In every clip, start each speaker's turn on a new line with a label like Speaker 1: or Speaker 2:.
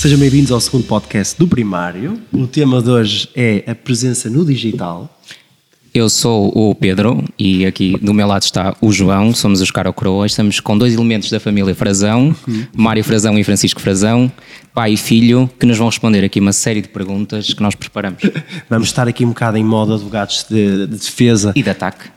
Speaker 1: Sejam bem-vindos ao segundo podcast do Primário. O tema de hoje é a presença no digital.
Speaker 2: Eu sou o Pedro e aqui do meu lado está o João, somos os Cara ou Coroa. Estamos com dois elementos da família Frazão, Mário Frazão e Francisco Frazão, pai e filho, que nos vão responder aqui uma série de perguntas que nós preparamos.
Speaker 1: Vamos estar aqui um bocado em modo advogados de defesa.
Speaker 2: E de ataque.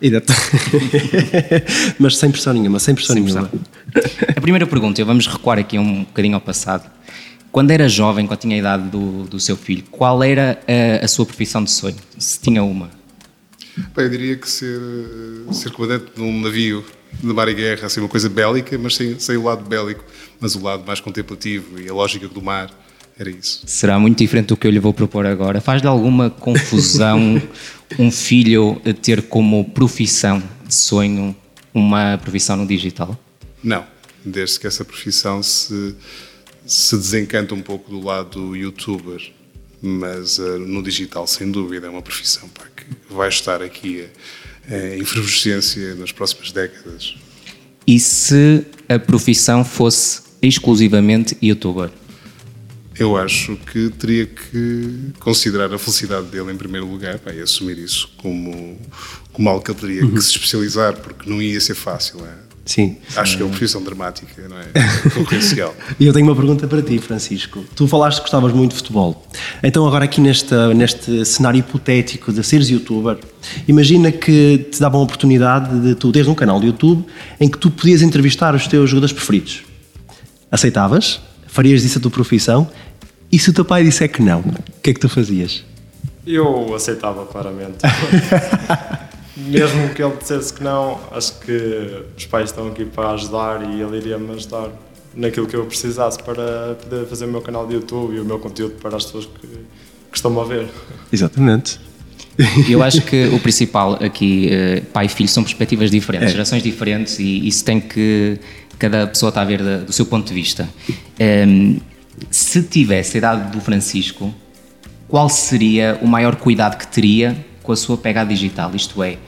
Speaker 1: Mas sem pressão nenhuma, sem pressão nenhuma.
Speaker 2: A primeira pergunta, vamos recuar aqui um bocadinho ao passado. Quando era jovem, quando tinha a idade do seu filho, qual era a sua profissão de sonho? Se tinha uma?
Speaker 3: Bem, eu diria que ser comandante de um navio de mar e guerra, assim, uma coisa bélica, mas sem o lado bélico, mas o lado mais contemplativo e a lógica do mar, era isso.
Speaker 2: Será muito diferente do que eu lhe vou propor agora. Faz-lhe alguma confusão um filho ter como profissão de sonho uma profissão no digital?
Speaker 3: Não, desde que essa profissão se desencanta um pouco do lado youtuber, mas no digital, sem dúvida, é uma profissão que vai estar aqui em efervescência nas próximas décadas.
Speaker 2: E se a profissão fosse exclusivamente youtuber?
Speaker 3: Eu acho que teria que considerar a felicidade dele em primeiro lugar e assumir isso como algo que ele teria que se especializar, porque não ia ser fácil, não é?
Speaker 1: Sim.
Speaker 3: Acho que é uma profissão dramática, não é? Concorrencial.
Speaker 1: E eu tenho uma pergunta para ti, Francisco. Tu falaste que gostavas muito de futebol. Então agora aqui neste cenário hipotético de seres youtuber, imagina que te davam a oportunidade de tu teres um canal de YouTube em que tu podias entrevistar os teus jogadores preferidos. Aceitavas? Farias disso a tua profissão? E se o teu pai disser que não, o que é que tu fazias?
Speaker 4: Eu aceitava claramente. Mesmo que ele dissesse que não, acho que os pais estão aqui para ajudar e ele iria-me ajudar naquilo que eu precisasse para poder fazer o meu canal de YouTube e o meu conteúdo para as pessoas que estão-me a ver.
Speaker 1: Exatamente.
Speaker 2: Eu acho que o principal aqui, pai e filho, são perspectivas diferentes, gerações diferentes e isso tem que... Cada pessoa está a ver do seu ponto de vista. Se tivesse a idade do Francisco, qual seria o maior cuidado que teria com a sua pegada digital? Isto é,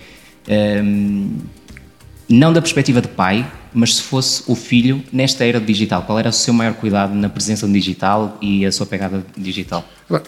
Speaker 2: não da perspectiva de pai, mas se fosse o filho nesta era digital, qual era o seu maior cuidado na presença no digital e a sua pegada digital?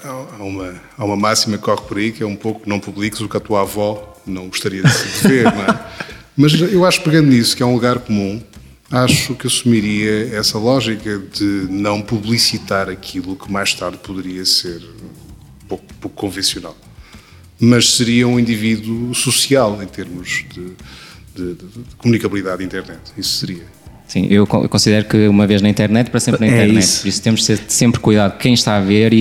Speaker 3: Há uma máxima que corre por aí, que é um pouco não publiques o que a tua avó não gostaria de ver, não é? Mas eu acho, pegando nisso, que é um lugar comum, acho que assumiria essa lógica de não publicitar aquilo que mais tarde poderia ser pouco convencional. Mas seria um indivíduo social em termos de comunicabilidade da internet. Isso seria.
Speaker 2: Sim, eu considero que uma vez na internet, para sempre na internet.
Speaker 1: Isso.
Speaker 2: Por isso temos de ter sempre cuidado quem está a ver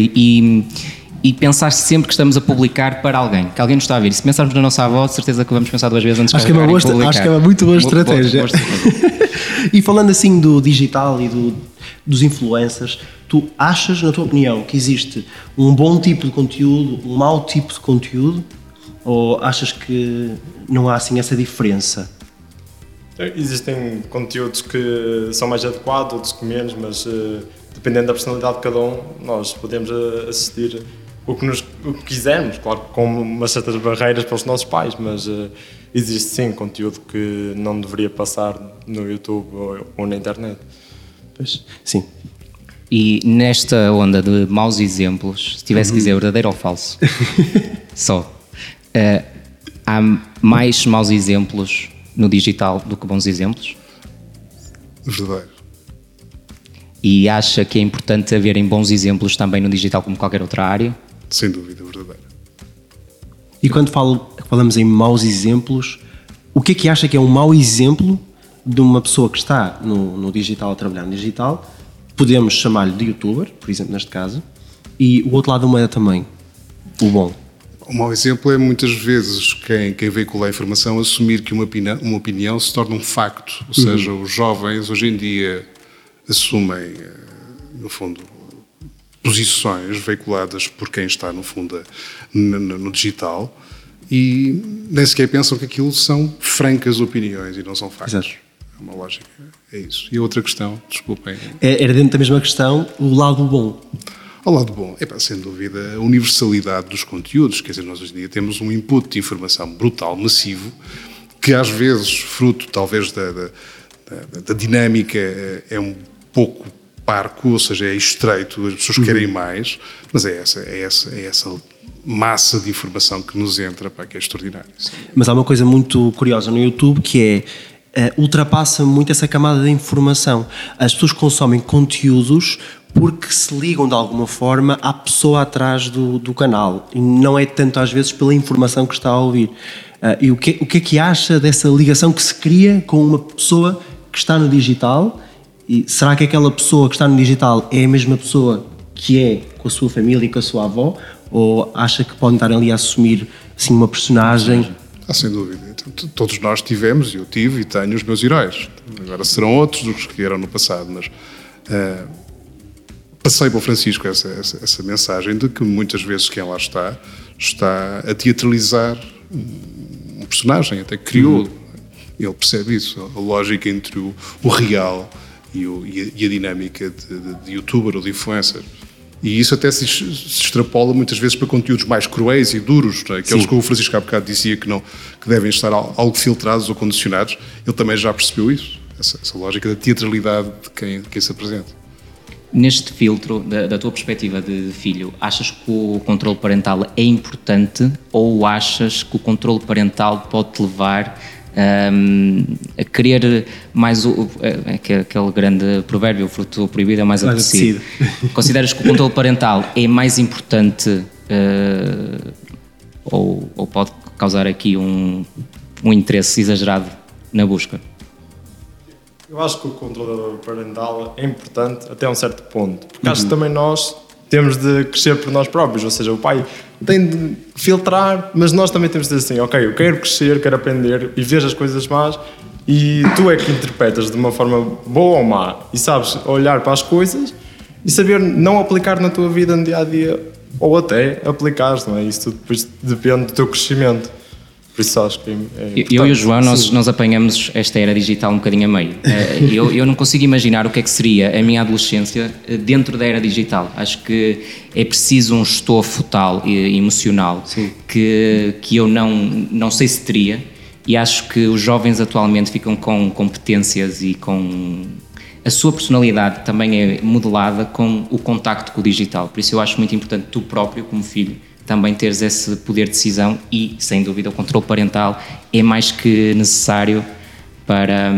Speaker 2: e pensar sempre que estamos a publicar para alguém, que alguém nos está a ver. E se pensarmos na nossa avó, de certeza que vamos pensar duas vezes antes de carregar e publicar.
Speaker 1: Acho que é uma muito boa estratégia. E falando assim do digital e dos influencers, tu achas, na tua opinião, que existe um bom tipo de conteúdo, um mau tipo de conteúdo, ou achas que não há assim essa diferença?
Speaker 4: Existem conteúdos que são mais adequados, outros que menos, mas dependendo da personalidade de cada um, nós podemos assistir o que quisermos, claro, com umas certas barreiras para os nossos pais, mas existe sim conteúdo que não deveria passar no YouTube ou na internet.
Speaker 1: Pois, sim.
Speaker 2: E nesta onda de maus exemplos, se tivesse que dizer verdadeiro ou falso, só, há mais maus exemplos no digital do que bons exemplos?
Speaker 3: Verdadeiro.
Speaker 2: E acha que é importante haverem bons exemplos também no digital como qualquer outra área?
Speaker 3: Sem dúvida, verdadeiro.
Speaker 1: E quando falamos em maus exemplos, o que acha que é um mau exemplo de uma pessoa que está no digital, a trabalhar no digital? Podemos chamar-lhe de youtuber, por exemplo, neste caso, e o outro lado da moeda também, o bom.
Speaker 3: Um mau exemplo é muitas vezes quem veicula a informação assumir que uma opinião se torna um facto, ou seja, os jovens hoje em dia assumem, no fundo, posições veiculadas por quem está, no fundo, no digital e nem sequer pensam que aquilo são francas opiniões e não são factos.
Speaker 1: Exato.
Speaker 3: É uma lógica, é isso. E a outra questão, desculpem.
Speaker 1: Era dentro da mesma questão, o lado bom.
Speaker 3: Ao lado bom, sem dúvida, a universalidade dos conteúdos. Quer dizer, nós hoje em dia temos um input de informação brutal, massivo, que às vezes, fruto talvez da dinâmica, é um pouco parco, ou seja, é estreito, as pessoas querem mais, mas é essa massa de informação que nos entra, pá, que é extraordinário.
Speaker 1: Mas há uma coisa muito curiosa no YouTube que ultrapassa muito essa camada de informação. As pessoas consomem conteúdos porque se ligam de alguma forma à pessoa atrás do canal e não é tanto às vezes pela informação que está a ouvir. E o que é que acha dessa ligação que se cria com uma pessoa que está no digital? E será que aquela pessoa que está no digital é a mesma pessoa que é com a sua família e com a sua avó? Ou acha que podem estar ali a assumir assim, uma personagem?
Speaker 3: Sem dúvida. Todos nós tivemos, eu tive e tenho os meus heróis. Agora serão outros do que eram no passado, mas passei para o Francisco essa mensagem de que muitas vezes quem lá está a teatralizar um personagem, até que criou. Ele percebe isso, a lógica entre o real e a dinâmica de youtuber ou de influencer. E isso até se extrapola muitas vezes para conteúdos mais cruéis e duros, não é? Aqueles que o Francisco há bocado dizia que devem estar algo filtrados ou condicionados. Ele também já percebeu isso, essa lógica da teatralidade de quem se apresenta.
Speaker 2: Neste filtro, da tua perspectiva de filho, achas que o controle parental é importante ou achas que o controle parental pode-te levar a querer mais aquele grande provérbio, o fruto proibido é mais apetecido. Consideras que o controle parental é mais importante ou pode causar aqui um interesse exagerado na busca?
Speaker 4: Eu acho que o controle parental é importante até um certo ponto, porque acho que também nós temos de crescer por nós próprios, ou seja, o pai tem de filtrar, mas nós também temos de dizer assim, ok, eu quero crescer, quero aprender e ver as coisas más e tu é que interpretas de uma forma boa ou má e sabes olhar para as coisas e saber não aplicar na tua vida no dia-a-dia ou até aplicares, não é? Isso tudo depois depende do teu crescimento. Por isso acho que é importante.
Speaker 2: Eu e o João, nós apanhamos esta era digital um bocadinho a meio. Eu não consigo imaginar o que é que seria a minha adolescência dentro da era digital. Acho que é preciso um estofo tal e emocional que eu não sei se teria, e acho que os jovens atualmente ficam com competências e com... A sua personalidade também é modelada com o contacto com o digital. Por isso eu acho muito importante tu próprio, como filho, também teres esse poder de decisão e, sem dúvida, o controle parental é mais que necessário para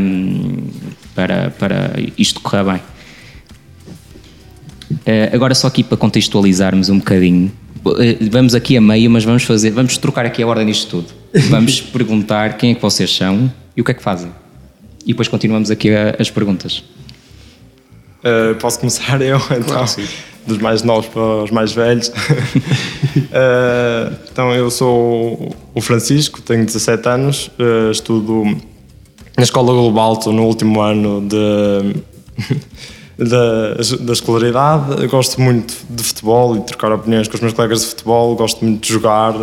Speaker 2: isto correr bem. Agora só aqui para contextualizarmos um bocadinho, vamos aqui a meio, mas vamos trocar aqui a ordem disto tudo. Vamos perguntar quem é que vocês são e o que é que fazem. E depois continuamos aqui as perguntas.
Speaker 4: Posso começar eu, então? Sim. Dos mais novos para os mais velhos. Então, eu sou o Francisco, tenho 17 anos, estudo na Escola Global, estou no último ano da escolaridade. Gosto muito de futebol e de trocar opiniões com os meus colegas de futebol, gosto muito de jogar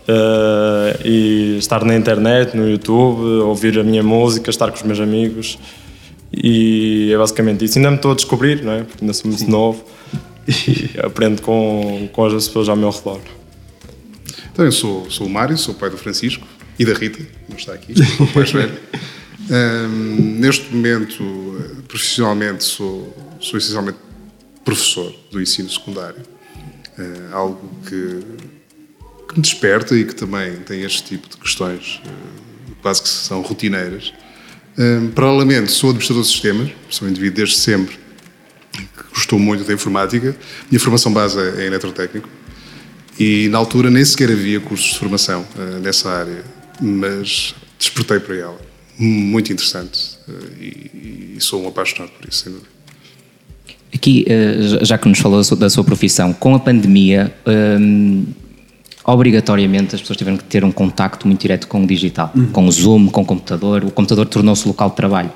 Speaker 4: e estar na internet, no YouTube, ouvir a minha música, estar com os meus amigos. E é basicamente isso. Ainda me estou a descobrir, não é? Porque ainda sou muito novo. E aprendo com as pessoas ao meu redor.
Speaker 3: Então, eu sou o Mário, sou o pai do Francisco e da Rita, que não está aqui, sou o mais velho. Neste momento, profissionalmente, sou essencialmente professor do ensino secundário. Algo que me desperta e que também tem este tipo de questões quase que são rotineiras. Paralelamente, sou administrador de sistemas, sou um indivíduo desde sempre que gostou muito da informática. Minha formação base é eletrotécnico e na altura nem sequer havia cursos de formação nessa área, mas despertei para ela. Muito interessante e sou um apaixonado por isso, sem dúvida.
Speaker 2: Aqui, já que nos falou da sua profissão, com a pandemia, obrigatoriamente as pessoas tiveram que ter um contacto muito direto com o digital, com o Zoom, com o computador tornou-se local de trabalho.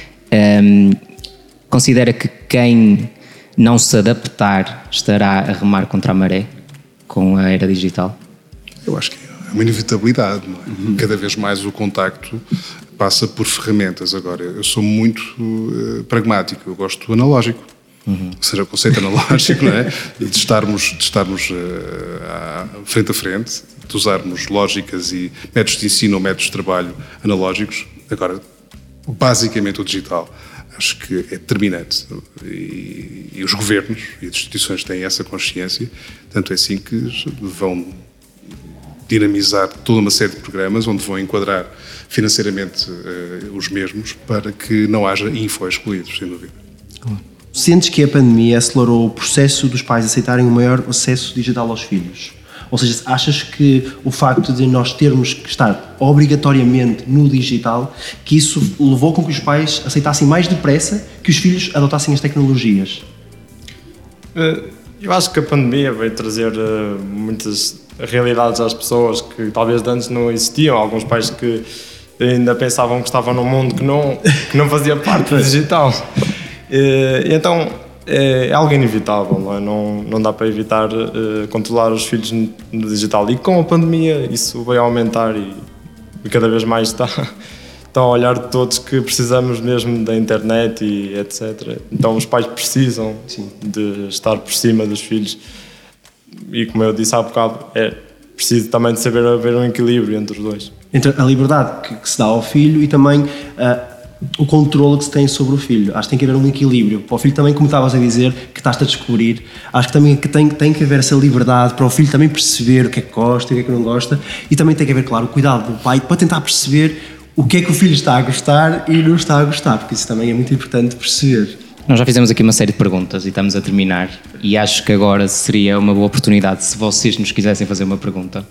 Speaker 2: Considera que quem não se adaptar estará a remar contra a maré com a era digital?
Speaker 3: Eu acho que é uma inevitabilidade, não é? Cada vez mais o contacto passa por ferramentas. Agora, eu sou muito pragmático, eu gosto do analógico. Ou seja, o conceito analógico, não é? De estarmos frente a frente, de usarmos lógicas e métodos de ensino ou métodos de trabalho analógicos. Agora, basicamente o digital acho que é determinante. E os governos e as instituições têm essa consciência, tanto é assim que vão dinamizar toda uma série de programas onde vão enquadrar financeiramente os mesmos para que não haja info-excluídos, sem dúvida.
Speaker 1: Sentes que a pandemia acelerou o processo dos pais aceitarem um maior acesso digital aos filhos? Ou seja, achas que o facto de nós termos que estar obrigatoriamente no digital, que isso levou com que os pais aceitassem mais depressa que os filhos adotassem as tecnologias?
Speaker 4: Eu acho que a pandemia veio trazer muitas realidades às pessoas que talvez antes não existiam. Alguns pais que ainda pensavam que estavam num mundo que não fazia parte do digital. Então é algo inevitável, não é? Não dá para evitar controlar os filhos no digital. E com a pandemia isso veio aumentar e cada vez mais estão a olhar de todos que precisamos mesmo da internet e etc. Então os pais precisam de estar por cima dos filhos. E como eu disse há bocado, é preciso também de saber haver um equilíbrio entre os dois. Entre
Speaker 1: a liberdade que se dá ao filho e também o controle que se tem sobre o filho. Acho que tem que haver um equilíbrio. Para o filho também, como estavas a dizer, que estás-te a descobrir, acho que também tem que haver essa liberdade para o filho também perceber o que é que gosta e o que é que não gosta, e também tem que haver, claro, o cuidado do pai para tentar perceber o que é que o filho está a gostar e não está a gostar, porque isso também é muito importante perceber.
Speaker 2: Nós já fizemos aqui uma série de perguntas e estamos a terminar, e acho que agora seria uma boa oportunidade se vocês nos quisessem fazer uma pergunta,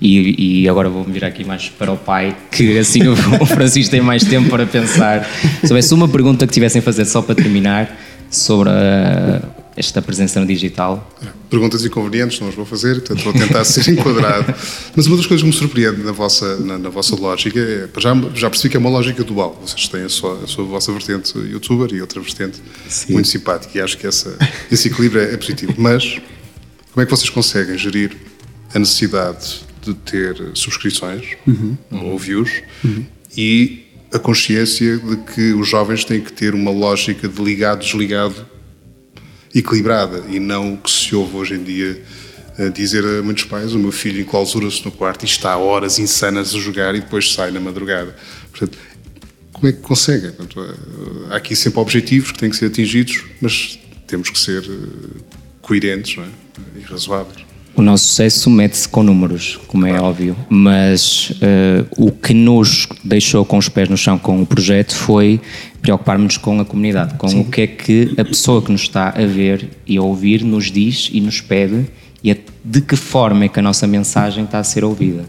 Speaker 2: e agora vou-me virar aqui mais para o pai, que assim o Francisco tem mais tempo para pensar. Se houvesse uma pergunta que tivessem a fazer só para terminar sobre esta presença no digital.
Speaker 3: Perguntas inconvenientes não as vou fazer, portanto vou tentar ser enquadrado. Mas uma das coisas que me surpreende na vossa lógica é, já percebi que é uma lógica dual. Vocês têm a vossa vertente youtuber e outra vertente muito simpática, e acho que esse equilíbrio é positivo. Mas como é que vocês conseguem gerir a necessidade de ter subscrições ou views e a consciência de que os jovens têm que ter uma lógica de ligado-desligado equilibrada, e não o que se ouve hoje em dia dizer a muitos pais: o meu filho enclausura-se no quarto e está horas insanas a jogar e depois sai na madrugada. Portanto, como é que conseguem? Portanto, há aqui sempre objetivos que têm que ser atingidos, mas temos que ser coerentes, não é? E razoáveis.
Speaker 2: O nosso sucesso mede-se com números, como é óbvio, mas o que nos deixou com os pés no chão com o projeto foi preocupar-nos com a comunidade, com o que é que a pessoa que nos está a ver e a ouvir nos diz e nos pede, e de que forma é que a nossa mensagem está a ser ouvida.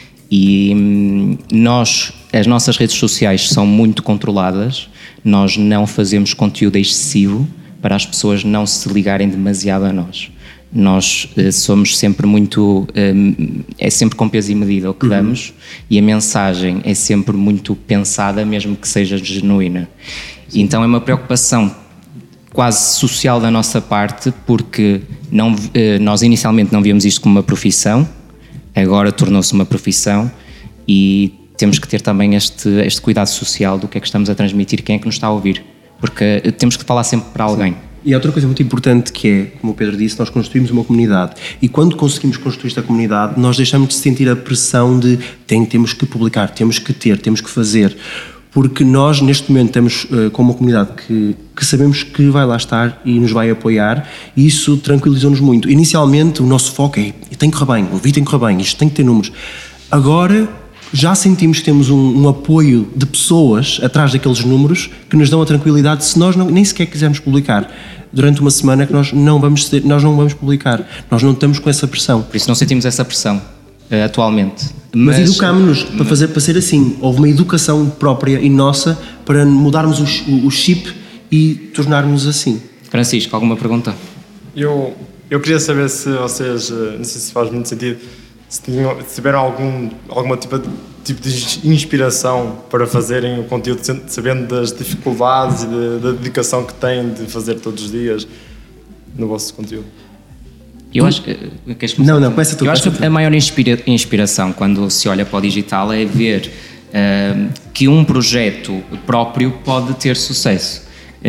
Speaker 2: E as nossas redes sociais são muito controladas, nós não fazemos conteúdo excessivo para as pessoas não se ligarem demasiado a nós. Nós somos sempre muito... é sempre com peso e medida o que damos, e a mensagem é sempre muito pensada, mesmo que seja genuína. Então é uma preocupação quase social da nossa parte, porque nós inicialmente não víamos isto como uma profissão, agora tornou-se uma profissão, e temos que ter também este cuidado social do que é que estamos a transmitir, quem é que nos está a ouvir, porque temos que falar sempre para alguém.
Speaker 1: E há outra coisa muito importante que é, como o Pedro disse, nós construímos uma comunidade, e quando conseguimos construir esta comunidade, nós deixamos de sentir a pressão de temos que publicar, temos que fazer, porque nós neste momento temos com uma comunidade que sabemos que vai lá estar e nos vai apoiar, e isso tranquilizou-nos muito. Inicialmente o nosso foco é: tem que correr bem, o vídeo tem que correr bem, isto tem que ter números. Agora já sentimos que temos um apoio de pessoas atrás daqueles números que nos dão a tranquilidade se nós nem sequer quisermos publicar durante uma semana, que nós não vamos publicar, nós não estamos com essa pressão.
Speaker 2: Por isso não sentimos essa pressão atualmente.
Speaker 1: Mas educámos-nos para ser assim. Houve uma educação própria e nossa para mudarmos o chip e tornarmos assim.
Speaker 2: Francisco, alguma pergunta?
Speaker 4: Eu queria saber se vocês, não sei se faz muito sentido, se tiveram alguma tipo de inspiração para fazerem o conteúdo, sabendo das dificuldades e da dedicação que têm de fazer todos os dias no vosso conteúdo.
Speaker 2: Eu acho que...
Speaker 1: Não, começa tu.
Speaker 2: Eu acho que a maior inspiração quando se olha para o digital é ver que um projeto próprio pode ter sucesso.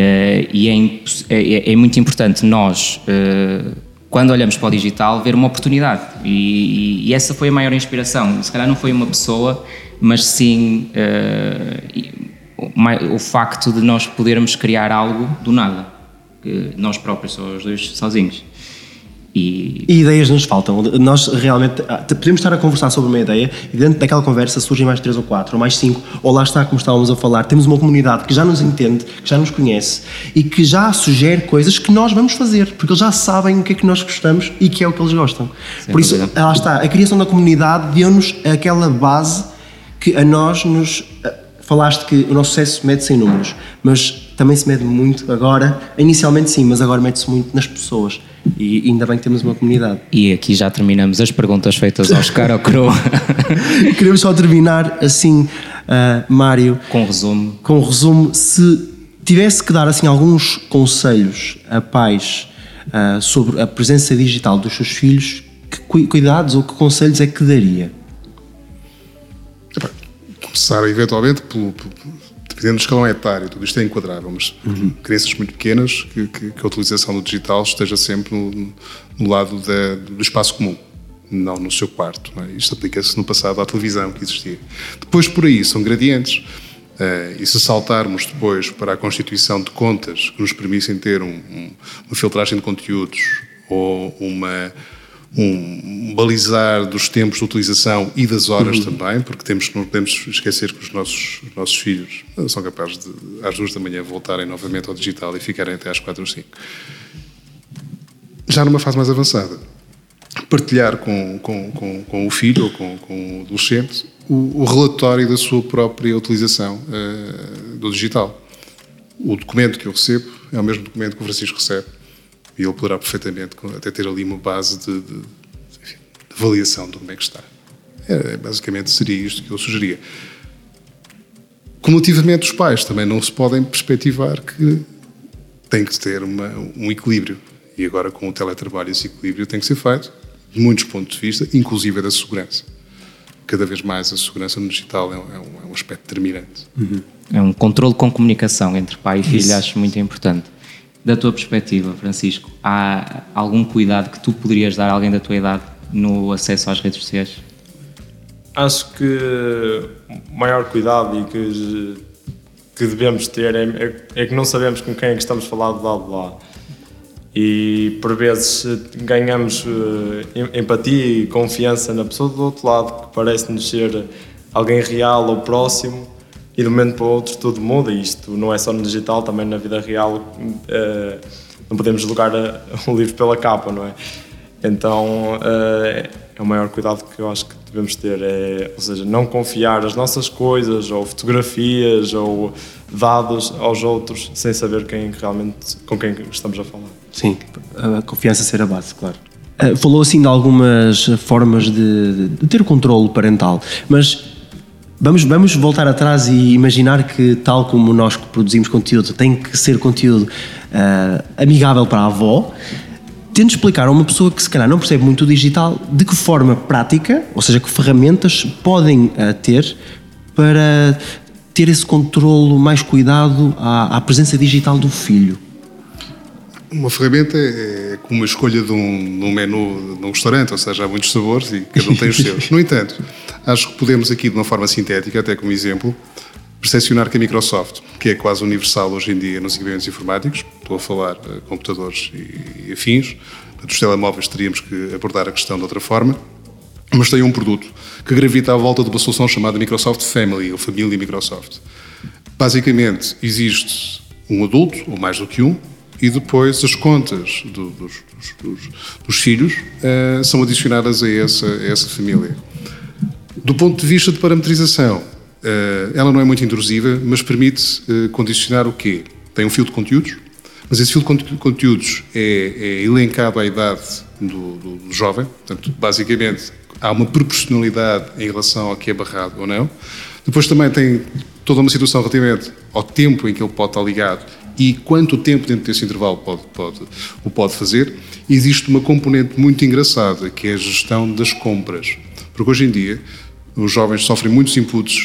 Speaker 2: E é muito importante nós... quando olhamos para o digital, ver uma oportunidade, e essa foi a maior inspiração. Se calhar não foi uma pessoa, mas sim o facto de nós podermos criar algo do nada, que nós próprios, só os dois sozinhos. E
Speaker 1: ideias nos faltam. Nós realmente podemos estar a conversar sobre uma ideia e dentro daquela conversa surgem mais 3 ou 4 ou mais 5, ou lá está, como estávamos a falar, temos uma comunidade que já nos entende, que já nos conhece e que já sugere coisas que nós vamos fazer, porque eles já sabem o que é que nós gostamos e que é o que eles gostam. Por isso, lá está, a criação da comunidade deu-nos aquela base que a nós nos... Falaste que o nosso sucesso mede-se em números, mas também se mede muito agora, inicialmente sim, mas agora mede-se muito nas pessoas. E ainda bem que temos uma comunidade.
Speaker 2: E aqui já terminamos as perguntas feitas ao Oscar ou Crow.
Speaker 1: Queremos só terminar assim, Mário,
Speaker 2: com um
Speaker 1: resumo. Se tivesse que dar assim alguns conselhos a pais sobre a presença digital dos seus filhos, que cuidados ou que conselhos é que daria?
Speaker 3: Começar eventualmente dependendo do escalão etário, tudo isto é enquadrável, mas crianças muito pequenas, que a utilização do digital esteja sempre no lado do espaço comum, não no seu quarto. Não é? Isto aplica-se no passado à televisão que existia. Depois, por aí, são gradientes. E se saltarmos depois para a constituição de contas que nos permissem ter uma filtragem de conteúdos ou um balizar dos tempos de utilização e das horas também, porque não podemos esquecer que os nossos filhos são capazes de, às 2 da manhã, voltarem novamente ao digital e ficarem até às 4 ou 5. Já numa fase mais avançada, partilhar com o filho ou com o adolescente o relatório da sua própria utilização do digital. O documento que eu recebo é o mesmo documento que o Francisco recebe. E ele poderá perfeitamente até ter ali uma base de avaliação de como é que está. Basicamente seria isto que eu sugeria. Cumulativamente, os pais também não se podem perspectivar que tem que ter um equilíbrio. E agora, com o teletrabalho, esse equilíbrio tem que ser feito de muitos pontos de vista, inclusive da segurança. Cada vez mais a segurança no digital é um aspecto determinante.
Speaker 2: É um controle com comunicação entre pai e filho, acho muito importante. Da tua perspectiva, Francisco, há algum cuidado que tu poderias dar a alguém da tua idade no acesso às redes sociais?
Speaker 4: Acho que o maior cuidado e que devemos ter é que não sabemos com quem é que estamos a falar do lado de lá. E por vezes ganhamos empatia e confiança na pessoa do outro lado, que parece-nos ser alguém real ou próximo. E de um momento para o outro tudo muda, e isto não é só no digital, também na vida real não podemos julgar o livro pela capa, não é? Então é o maior cuidado que eu acho que devemos ter, ou seja, não confiar as nossas coisas, ou fotografias, ou dados aos outros, sem saber com quem estamos a falar.
Speaker 1: Sim, a confiança ser a base, claro. Falou assim de algumas formas de ter o controle parental, mas... Vamos voltar atrás e imaginar que, tal como nós que produzimos conteúdo, tem que ser conteúdo amigável para a avó. Tente explicar a uma pessoa que se calhar não percebe muito o digital de que forma prática, ou seja, que ferramentas podem ter para ter esse controlo, mais cuidado à presença digital do filho.
Speaker 3: Uma ferramenta é como uma escolha de um menu de um restaurante, ou seja, há muitos sabores e cada um tem os seus. No entanto, acho que podemos aqui, de uma forma sintética, até como exemplo, percepcionar que a Microsoft, que é quase universal hoje em dia nos equipamentos informáticos, estou a falar de computadores e afins, dos telemóveis teríamos que abordar a questão de outra forma, mas tem um produto que gravita à volta de uma solução chamada Microsoft Family, ou Família Microsoft. Basicamente, existe um adulto, ou mais do que um, e depois as contas dos filhos são adicionadas a essa família. Do ponto de vista de parametrização, ela não é muito intrusiva, mas permite condicionar o quê? Tem um fio de conteúdos, mas esse fio de conteúdos é elencado à idade do jovem, portanto, basicamente, há uma proporcionalidade em relação ao que é barrado ou não. Depois também tem toda uma situação relativamente ao tempo em que ele pode estar ligado e quanto tempo dentro desse intervalo pode fazer. Existe uma componente muito engraçada, que é a gestão das compras. Porque hoje em dia, os jovens sofrem muitos inputs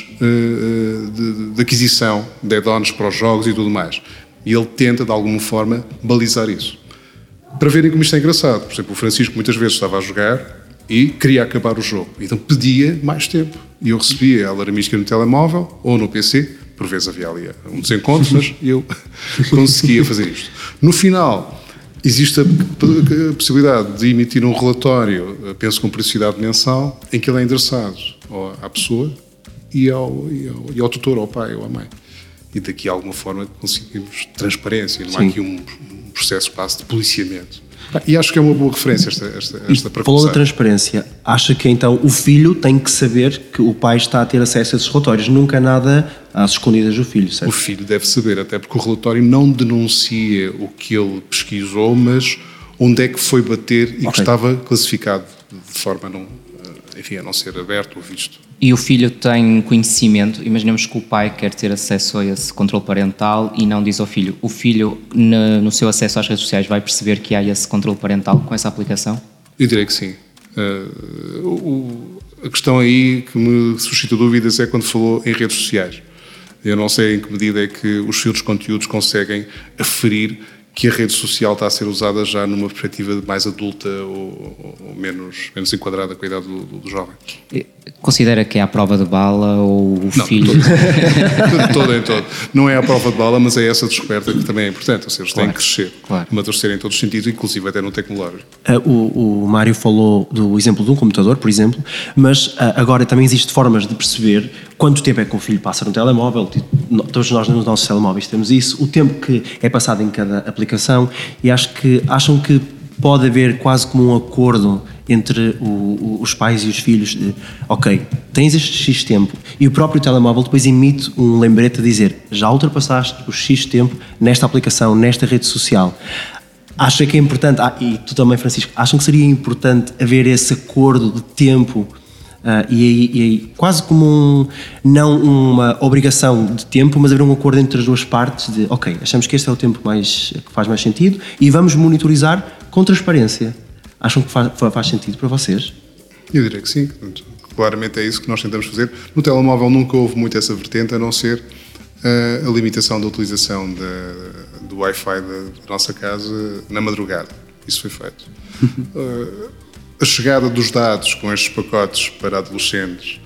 Speaker 3: de aquisição, de add-ons para os jogos e tudo mais. E ele tenta, de alguma forma, balizar isso. Para verem como isto é engraçado. Por exemplo, o Francisco muitas vezes estava a jogar e queria acabar o jogo. Então pedia mais tempo. E eu recebia a alarmística no telemóvel ou no PC por vezes havia ali um desencontro, mas eu conseguia fazer isto. No final, existe a possibilidade de emitir um relatório, penso com periodicidade mensal, em que ele é endereçado à pessoa e ao tutor, ao pai ou à mãe. E daqui, de alguma forma, conseguimos transparência, não há aqui um processo quase de policiamento. E acho que é uma boa referência esta para
Speaker 1: falou da transparência. Acha que então o filho tem que saber que o pai está a ter acesso a esses relatórios? Nunca nada às escondidas do filho, certo?
Speaker 3: O filho deve saber, até porque o relatório não denuncia o que ele pesquisou, mas onde é que foi bater e que estava classificado de forma a não ser aberto ou visto.
Speaker 2: E o filho tem conhecimento, imaginemos que o pai quer ter acesso a esse controle parental e não diz ao filho. O filho, no seu acesso às redes sociais, vai perceber que há esse controle parental com essa aplicação?
Speaker 3: Eu direi que sim. A questão aí que me suscita dúvidas é quando falou em redes sociais. Eu não sei em que medida é que os filtros de conteúdos conseguem aferir que a rede social está a ser usada já numa perspectiva mais adulta ou menos enquadrada com a idade do jovem.
Speaker 2: Considera que é a prova de bala ou o filho?
Speaker 3: Todo em todo. Não é a prova de bala, mas é essa descoberta que também é importante. Ou seja, eles têm que crescer, amadurecer em todos os sentidos, inclusive até no tecnológico.
Speaker 1: O Mário falou do exemplo de um computador, por exemplo, mas agora também existem formas de perceber quanto tempo é que o filho passa no telemóvel. Todos nós nos nossos telemóveis temos isso, o tempo que é passado em cada aplicação, e acham que pode haver quase como um acordo entre os pais e os filhos de, ok, tens este X tempo, e o próprio telemóvel depois emite um lembrete a dizer, já ultrapassaste o X tempo nesta aplicação, nesta rede social. Acha que é importante, e tu também, Francisco, acham que seria importante haver esse acordo de tempo, e aí quase como não uma obrigação de tempo, mas haver um acordo entre as duas partes de, ok, achamos que este é o tempo que faz mais sentido e vamos monitorizar com transparência. Acham que faz sentido para vocês?
Speaker 3: Eu diria que sim. Claramente é isso que nós tentamos fazer. No telemóvel nunca houve muito essa vertente, a não ser a limitação da utilização do Wi-Fi da nossa casa na madrugada. Isso foi feito. A chegada dos dados com estes pacotes para adolescentes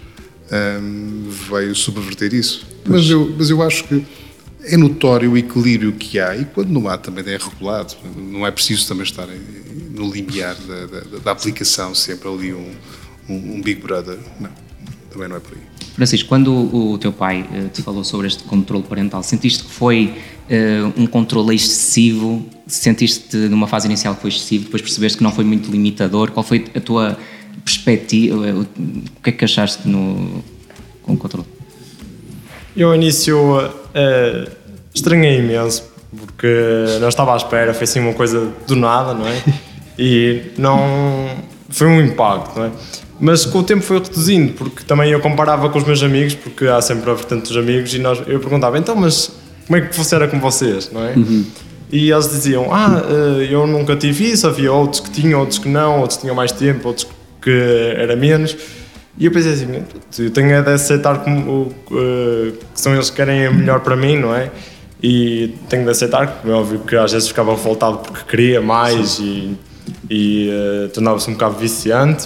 Speaker 3: veio subverter isso. Mas eu acho que é notório o equilíbrio que há, e quando não há também é regulado. Não é preciso também estar no limiar da aplicação, sempre ali um Big Brother. Não, também não é por aí.
Speaker 2: Francisco, quando o teu pai te falou sobre este controle parental, sentiste que foi um controle excessivo? Sentiste numa fase inicial que foi excessivo, depois percebeste que não foi muito limitador? Qual foi a tua perspectiva? O que é que achaste com o controle?
Speaker 4: Eu ao início estranhei imenso, porque não estava à espera, foi assim uma coisa do nada, não é? E não foi um impacto, não é? Mas com o tempo foi reduzindo, porque também eu comparava com os meus amigos, porque há sempre a vertente dos amigos, e eu perguntava, então, mas como é que você era com vocês, não é? Uhum. E eles diziam, eu nunca tive isso, havia outros que tinham, outros que não, outros tinham mais tempo, outros que era menos. E eu pensei assim, eu tenho de aceitar que são eles que querem o melhor para mim, não é? E tenho de aceitar, que é óbvio que às vezes ficava revoltado porque queria mais e tornava-se um bocado viciante,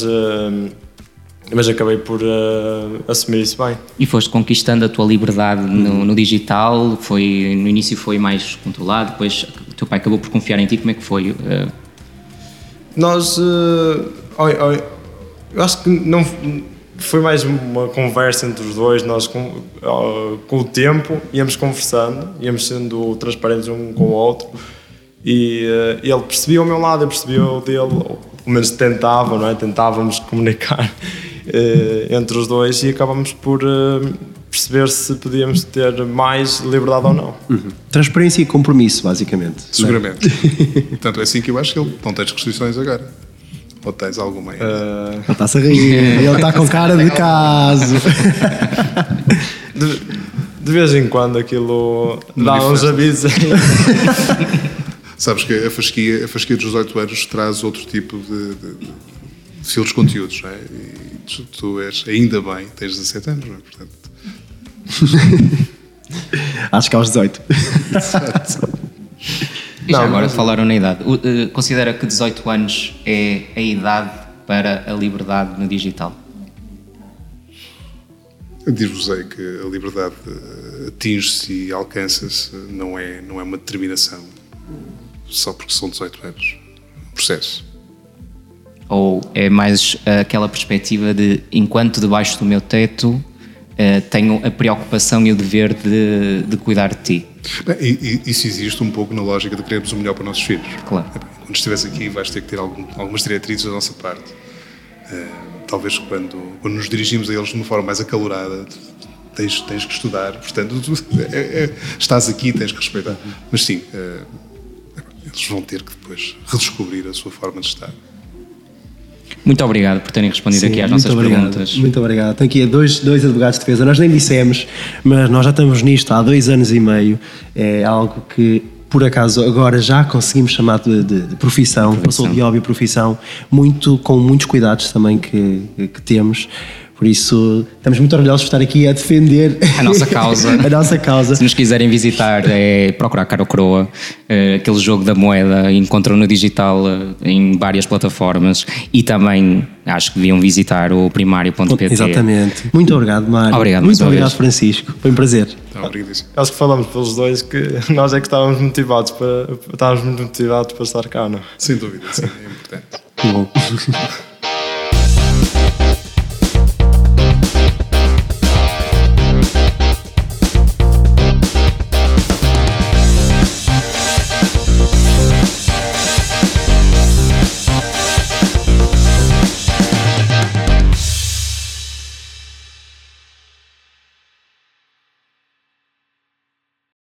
Speaker 4: mas acabei por assumir isso bem.
Speaker 2: E foste conquistando a tua liberdade no digital, no início foi mais controlado, depois o teu pai acabou por confiar em ti, como é que foi?
Speaker 4: Nós, eu acho que não foi mais uma conversa entre os dois, nós com o tempo íamos conversando, íamos sendo transparentes um com o outro, e ele percebia o meu lado, eu percebia o dele, ou pelo menos tentava, não é? Tentávamos comunicar entre os dois e acabamos por perceber se podíamos ter mais liberdade ou não.
Speaker 1: Uhum. Transparência e compromisso, basicamente.
Speaker 3: Seguramente. Portanto, é assim que eu acho que ele não tem restrições agora. Ou tens alguma aí?
Speaker 1: Ele está-se a rir, ele está com cara de caso.
Speaker 4: De vez em quando aquilo dá uns avisos.
Speaker 3: Sabes que a fasquia dos 18 anos traz outro tipo de filtros de conteúdos, não é? E tu ainda bem, tens 17 anos, não é? Portanto...
Speaker 1: Acho que aos 18.
Speaker 3: Exato.
Speaker 2: E já agora falaram na idade. Considera que 18 anos é a idade para a liberdade no digital?
Speaker 3: Dir-vos-ei que a liberdade atinge-se e alcança-se, não é uma determinação só porque são 18 anos. Processo.
Speaker 2: Ou é mais aquela perspectiva de, enquanto debaixo do meu teto, tenho a preocupação e o dever de cuidar de ti?
Speaker 3: Isso existe um pouco na lógica de querermos o melhor para os nossos filhos.
Speaker 2: Claro.
Speaker 3: Quando estiveres aqui vais ter que ter algumas diretrizes da nossa parte. Talvez quando nos dirigimos a eles de uma forma mais acalorada, tens que estudar, portanto estás aqui, tens que respeitar. Mas sim, eles vão ter que depois redescobrir a sua forma de estar.
Speaker 2: Muito obrigado por terem respondido aqui às nossas perguntas.
Speaker 1: Muito obrigado. Tenho aqui dois advogados de defesa. Nós nem dissemos, mas nós já estamos nisto há 2 anos e meio. É algo que, por acaso, agora já conseguimos chamar de profissão. Passou de hobby a profissão, com muitos cuidados também que temos. Por isso, estamos muito orgulhosos de estar aqui a defender
Speaker 2: a nossa causa.
Speaker 1: A nossa causa.
Speaker 2: Se nos quiserem visitar, é procurar Cara ou Coroa, aquele jogo da moeda, encontram no digital em várias plataformas, e também acho que deviam visitar o primário.pt.
Speaker 1: Exatamente. Muito obrigado, Mário.
Speaker 2: Obrigado,
Speaker 1: muito obrigado, Francisco. Foi um prazer.
Speaker 3: Obrigadíssimo.
Speaker 4: Acho que falamos pelos dois que nós é que estávamos muito motivados para estar cá, não?
Speaker 3: Sem dúvida, sim, é importante.
Speaker 1: Bom.